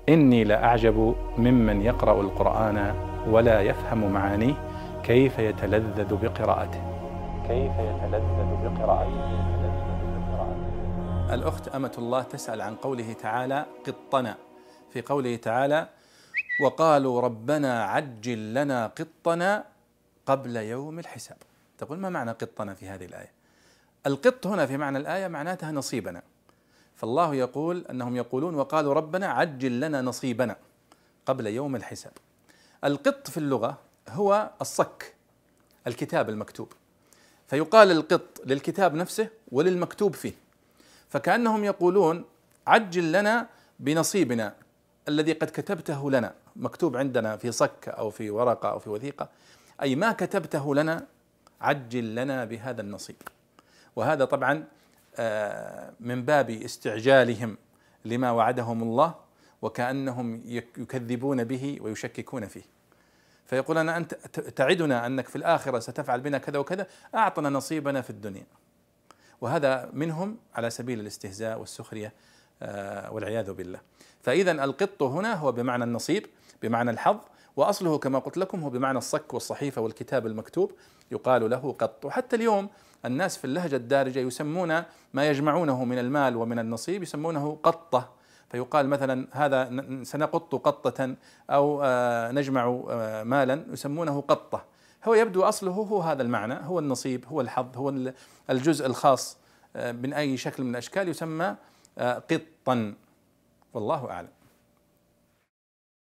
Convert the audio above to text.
إني لأعجب ممن يقرأ القرآن ولا يفهم معانيه كيف يتلذذ بقراءته. الأخت أمة الله تسأل عن قوله تعالى قطنا، في قوله تعالى وقالوا ربنا عجل لنا قطنا قبل يوم الحساب. تقول ما معنى قطنا في هذه الآية؟ القط هنا في معنى الآية معناتها نصيبنا، فالله يقول أنهم يقولون وقالوا ربنا عجل لنا نصيبنا قبل يوم الحساب. القط في اللغة هو الصك، الكتاب المكتوب، فيقال القط للكتاب نفسه وللمكتوب فيه، فكأنهم يقولون عجل لنا بنصيبنا الذي قد كتبته لنا، مكتوب عندنا في صك أو في ورقة أو في وثيقة، أي ما كتبته لنا عجل لنا بهذا النصيب. وهذا طبعا من باب استعجالهم لما وعدهم الله، وكأنهم يكذبون به ويشككون فيه، فيقول أنا أنت تعدنا أنك في الآخرة ستفعل بنا كذا وكذا، أعطنا نصيبنا في الدنيا. وهذا منهم على سبيل الاستهزاء والسخرية والعياذ بالله. فإذا القط هنا هو بمعنى النصيب، بمعنى الحظ، وأصله كما قلت لكم هو بمعنى الصك والصحيفة والكتاب المكتوب، يقال له قط. وحتى اليوم الناس في اللهجة الدارجة يسمون ما يجمعونه من المال ومن النصيب يسمونه قطة، فيقال مثلا هذا سنقط قطة أو نجمع مالا يسمونه قطة. هو يبدو أصله هو هذا المعنى، هو النصيب، هو الحظ، هو الجزء الخاص من أي شكل من الأشكال يسمى قطا، والله أعلم.